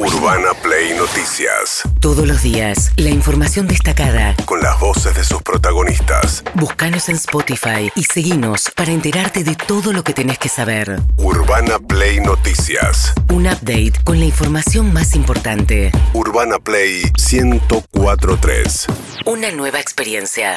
Urbana Play Noticias. Todos los días, la información destacada. Con las voces de sus protagonistas. Búscanos en Spotify y seguinos para enterarte de todo lo que tenés que saber. Urbana Play Noticias. Un update con la información más importante. Urbana Play 104.3. Una nueva experiencia.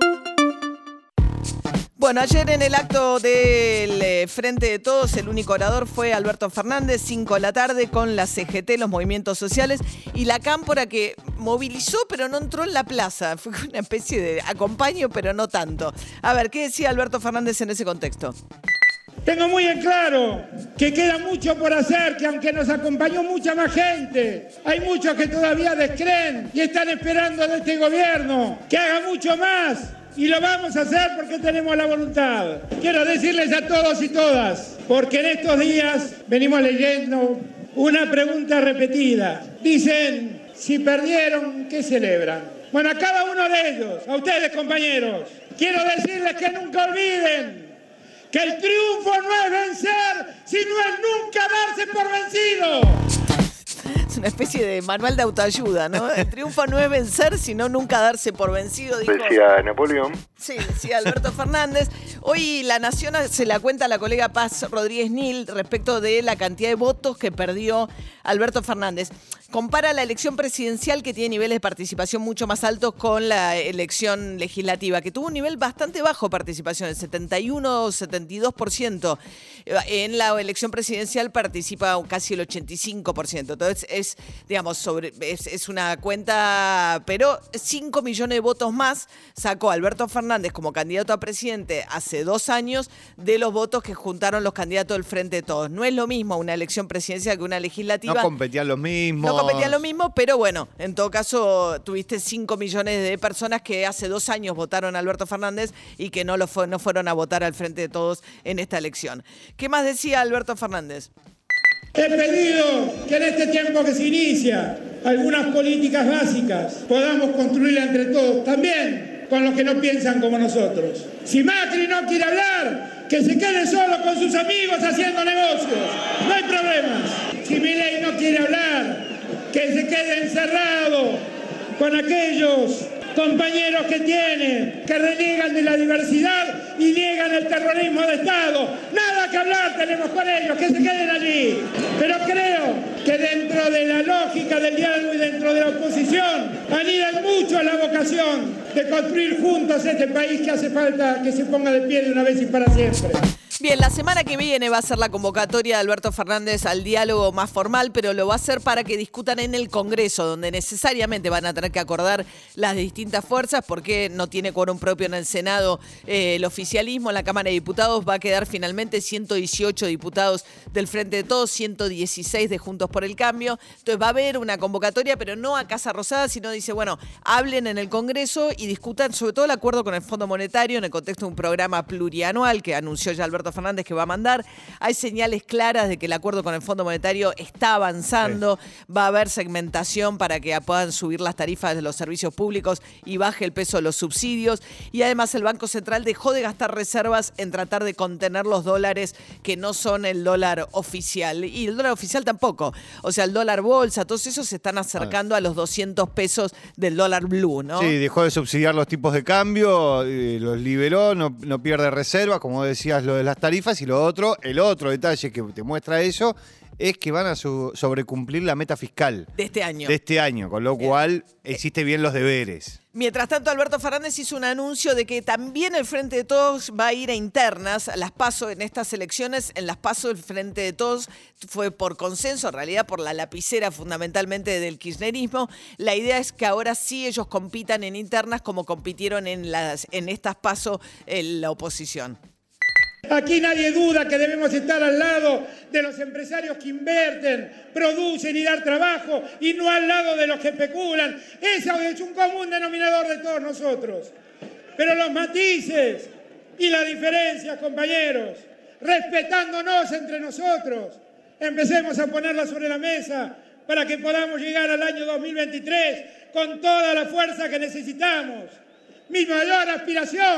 Bueno, ayer en el acto del Frente de Todos, el único orador fue Alberto Fernández, 5 de la tarde, con la CGT, los movimientos sociales, y la cámpora que movilizó, pero no entró en la plaza. Fue una especie de acompaño, pero no tanto. A ver, ¿qué decía Alberto Fernández en ese contexto? Tengo muy en claro que queda mucho por hacer, que aunque nos acompañó mucha más gente, hay muchos que todavía descreen y están esperando de este gobierno que haga mucho más. Y lo vamos a hacer porque tenemos la voluntad. Quiero decirles a todos y todas, porque en estos días venimos leyendo una pregunta repetida. Dicen, si perdieron, ¿qué celebran? Bueno, a cada uno de ellos, a ustedes compañeros, quiero decirles que nunca olviden que el triunfo no es vencer, sino es nunca darse por vencido. Es una especie de manual de autoayuda, ¿no? El triunfo no es vencer, sino nunca darse por vencido, dijo. Decía Napoleón. Sí, decía Alberto Fernández. Hoy La Nación se la cuenta a la colega Paz Rodríguez Nil respecto de la cantidad de votos que perdió Alberto Fernández. Compara la elección presidencial, que tiene niveles de participación mucho más altos, con la elección legislativa, que tuvo un nivel bastante bajo de participación, el 71-72%. En la elección presidencial participa casi el 85%. Entonces es una cuenta, pero 5 millones de votos más sacó Alberto Fernández como candidato a presidente hace 2 años de los votos que juntaron los candidatos del Frente de Todos. No es lo mismo una elección presidencial que una legislativa. No competían los mismos. No competían lo mismo, pero bueno, en todo caso tuviste 5 millones de personas que hace 2 años votaron a Alberto Fernández y que no fueron a votar al Frente de Todos en esta elección. ¿Qué más decía Alberto Fernández? He pedido que en este tiempo que se inicia algunas políticas básicas podamos construirlas entre todos, también con los que no piensan como nosotros. Si Macri no quiere hablar, que se quede solo con sus amigos haciendo negocios, no hay problemas. Si Milei no quiere hablar, que se quede encerrado con aquellos compañeros que tiene, que reniegan de la diversidad y niegan el terrorismo de Estado. Nada que hablar tenemos con ellos, que se queden allí. Pero creo que dentro de la lógica del diálogo y dentro de la oposición anidan mucho a la vocación de construir juntos este país que hace falta que se ponga de pie de una vez y para siempre. Bien, la semana que viene va a ser la convocatoria de Alberto Fernández al diálogo más formal, pero lo va a hacer para que discutan en el Congreso, donde necesariamente van a tener que acordar las distintas fuerzas, porque no tiene quórum propio en el Senado el oficialismo. En la Cámara de Diputados va a quedar finalmente 118 diputados del Frente de Todos, 116 de Juntos por el Cambio. Entonces va a haber una convocatoria, pero no a Casa Rosada, sino dice, bueno, hablen en el Congreso y discutan sobre todo el acuerdo con el Fondo Monetario en el contexto de un programa plurianual que anunció ya Alberto Fernández que va a mandar. Hay señales claras de que el acuerdo con el Fondo Monetario está avanzando. Sí. Va a haber segmentación para que puedan subir las tarifas de los servicios públicos y baje el peso de los subsidios. Y además el Banco Central dejó de gastar reservas en tratar de contener los dólares que no son el dólar oficial. Y el dólar oficial tampoco. O sea, el dólar bolsa, todos esos se están acercando a los 200 pesos del dólar blue, ¿no? Sí, dejó de subsidiar los tipos de cambio, los liberó, no pierde reservas, como decías, lo de las tarifas. Y el otro detalle que te muestra eso es que van a sobrecumplir la meta fiscal. De este año. De este año, con lo cual existe bien los deberes. Mientras tanto, Alberto Fernández hizo un anuncio de que también el Frente de Todos va a ir a internas. Las PASO en estas elecciones, en las PASO el Frente de Todos fue por consenso, en realidad por la lapicera fundamentalmente del kirchnerismo. La idea es que ahora sí ellos compitan en internas como compitieron en estas PASO en la oposición. Aquí nadie duda que debemos estar al lado de los empresarios que invierten, producen y dan trabajo, y no al lado de los que especulan. Eso es un común denominador de todos nosotros. Pero los matices y las diferencias, compañeros, respetándonos entre nosotros, empecemos a ponerlas sobre la mesa para que podamos llegar al año 2023 con toda la fuerza que necesitamos. Mi mayor aspiración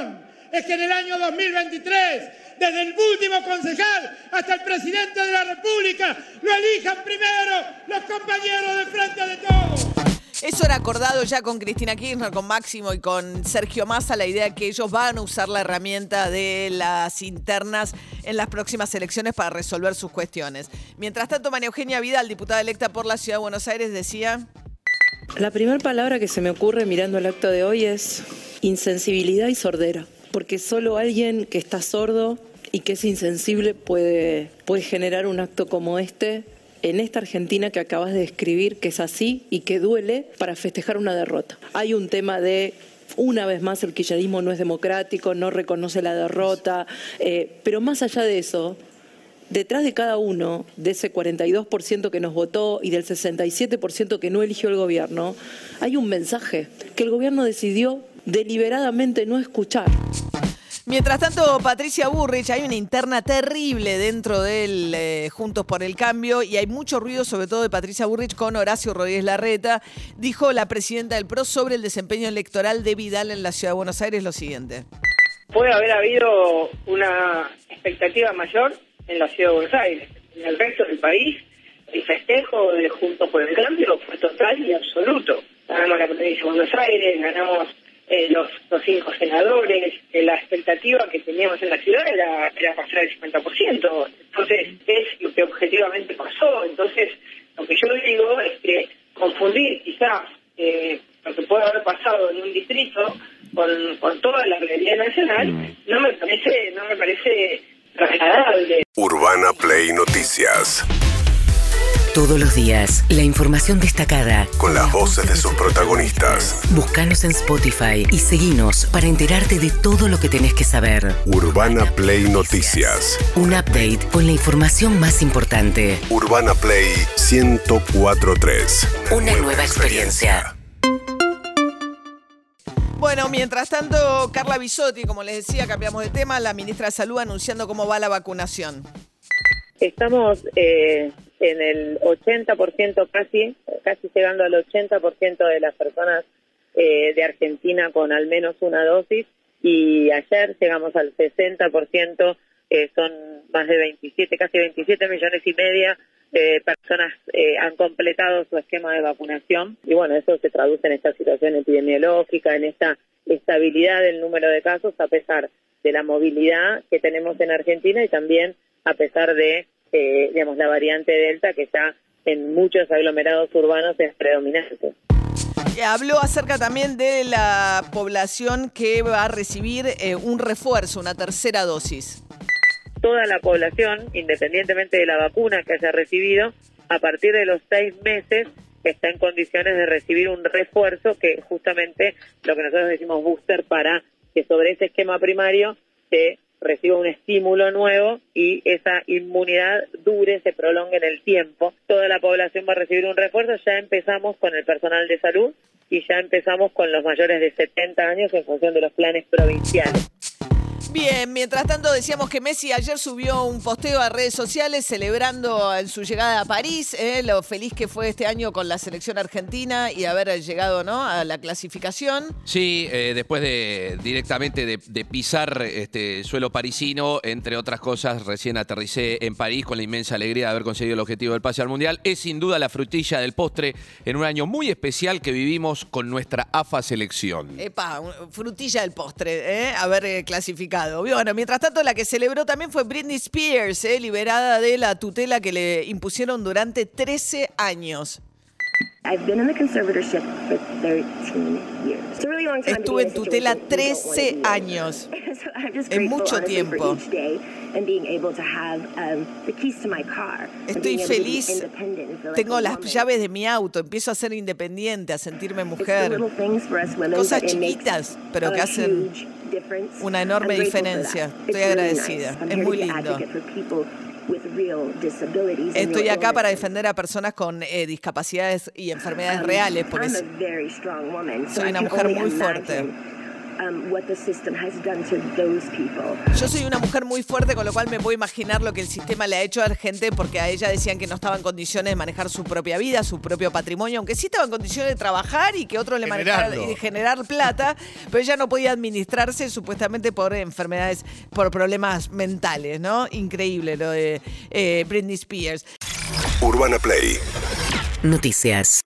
es que en el año 2023, desde el último concejal hasta el presidente de la República, lo elijan primero los compañeros de Frente de Todos. Eso era acordado ya con Cristina Kirchner, con Máximo y con Sergio Massa, la idea que ellos van a usar la herramienta de las internas en las próximas elecciones para resolver sus cuestiones. Mientras tanto, María Eugenia Vidal, diputada electa por la Ciudad de Buenos Aires, decía... La primera palabra que se me ocurre mirando el acto de hoy es insensibilidad y sordera, porque solo alguien que está sordo y que es insensible puede generar un acto como este en esta Argentina que acabas de describir, que es así y que duele para festejar una derrota. Hay un tema de, una vez más, el kirchnerismo no es democrático, no reconoce la derrota, pero más allá de eso, detrás de cada uno, de ese 42% que nos votó y del 67% que no eligió el gobierno, hay un mensaje que el gobierno decidió deliberadamente no escuchar. Mientras tanto, Patricia Bullrich, hay una interna terrible dentro del Juntos por el Cambio y hay mucho ruido, sobre todo de Patricia Bullrich con Horacio Rodríguez Larreta. Dijo la presidenta del PRO sobre el desempeño electoral de Vidal en la Ciudad de Buenos Aires lo siguiente. Puede haber habido una expectativa mayor en la Ciudad de Buenos Aires. En el resto del país, el festejo de Juntos por el Cambio fue total y absoluto. Ganamos la provincia de Buenos Aires, ganamos los 5 senadores, la expectativa que teníamos en la ciudad era pasar el 50%. Entonces, es lo que objetivamente pasó. Entonces, lo que yo digo es que confundir quizás lo que puede haber pasado en un distrito con toda la realidad nacional no me parece trasladable. Urbana Play Noticias. Todos los días, la información destacada. Con las voces de sus protagonistas. Búscanos en Spotify y seguinos para enterarte de todo lo que tenés que saber. Urbana Play Noticias. Un update con la información más importante. Urbana Play 104.3. Una nueva experiencia. Bueno, mientras tanto, Carla Bisotti, como les decía, cambiamos de tema, la ministra de Salud anunciando cómo va la vacunación. Estamos en el 80%, casi llegando al 80% de las personas de Argentina con al menos una dosis, y ayer llegamos al 60%, son más de 27, casi 27 millones y media personas han completado su esquema de vacunación, y bueno, eso se traduce en esta situación epidemiológica, en esta estabilidad del número de casos a pesar de la movilidad que tenemos en Argentina y también a pesar de la variante Delta, que ya en muchos aglomerados urbanos es predominante. Habló acerca también de la población que va a recibir un refuerzo, una tercera dosis. Toda la población, independientemente de la vacuna que haya recibido, a partir de los 6 meses está en condiciones de recibir un refuerzo, que justamente lo que nosotros decimos booster, para que sobre ese esquema primario se reciba un estímulo nuevo y esa inmunidad dure, se prolongue en el tiempo. Toda la población va a recibir un refuerzo. Ya empezamos con el personal de salud y ya empezamos con los mayores de 70 años en función de los planes provinciales. Bien, mientras tanto decíamos que Messi ayer subió un posteo a redes sociales celebrando su llegada a París, lo feliz que fue este año con la selección argentina y haber llegado, ¿no?, a la clasificación. Sí, después directamente de pisar suelo parisino, entre otras cosas, recién aterricé en París con la inmensa alegría de haber conseguido el objetivo del pase al Mundial. Es sin duda la frutilla del postre en un año muy especial que vivimos con nuestra AFA selección. Frutilla del postre, haber clasificado. Bueno, mientras tanto, la que celebró también fue Britney Spears, liberada de la tutela que le impusieron durante 13 años. Estuve en tutela 13 años. Es mucho tiempo. Estoy feliz. Tengo las llaves de mi auto. Empiezo a ser independiente, a sentirme mujer. Cosas chiquitas, pero que hacen una enorme diferencia. Estoy agradecida. Es muy lindo. Estoy acá para defender a personas con discapacidades y enfermedades reales, porque soy una mujer muy fuerte. Yo soy una mujer muy fuerte, con lo cual me puedo imaginar lo que el sistema le ha hecho a la gente, porque a ella decían que no estaba en condiciones de manejar su propia vida, su propio patrimonio, aunque sí estaba en condiciones de trabajar y que otro le manejara y de generar plata, pero ella no podía administrarse supuestamente por enfermedades, por problemas mentales, ¿no? Increíble lo de Britney Spears. Urbana Play. Noticias.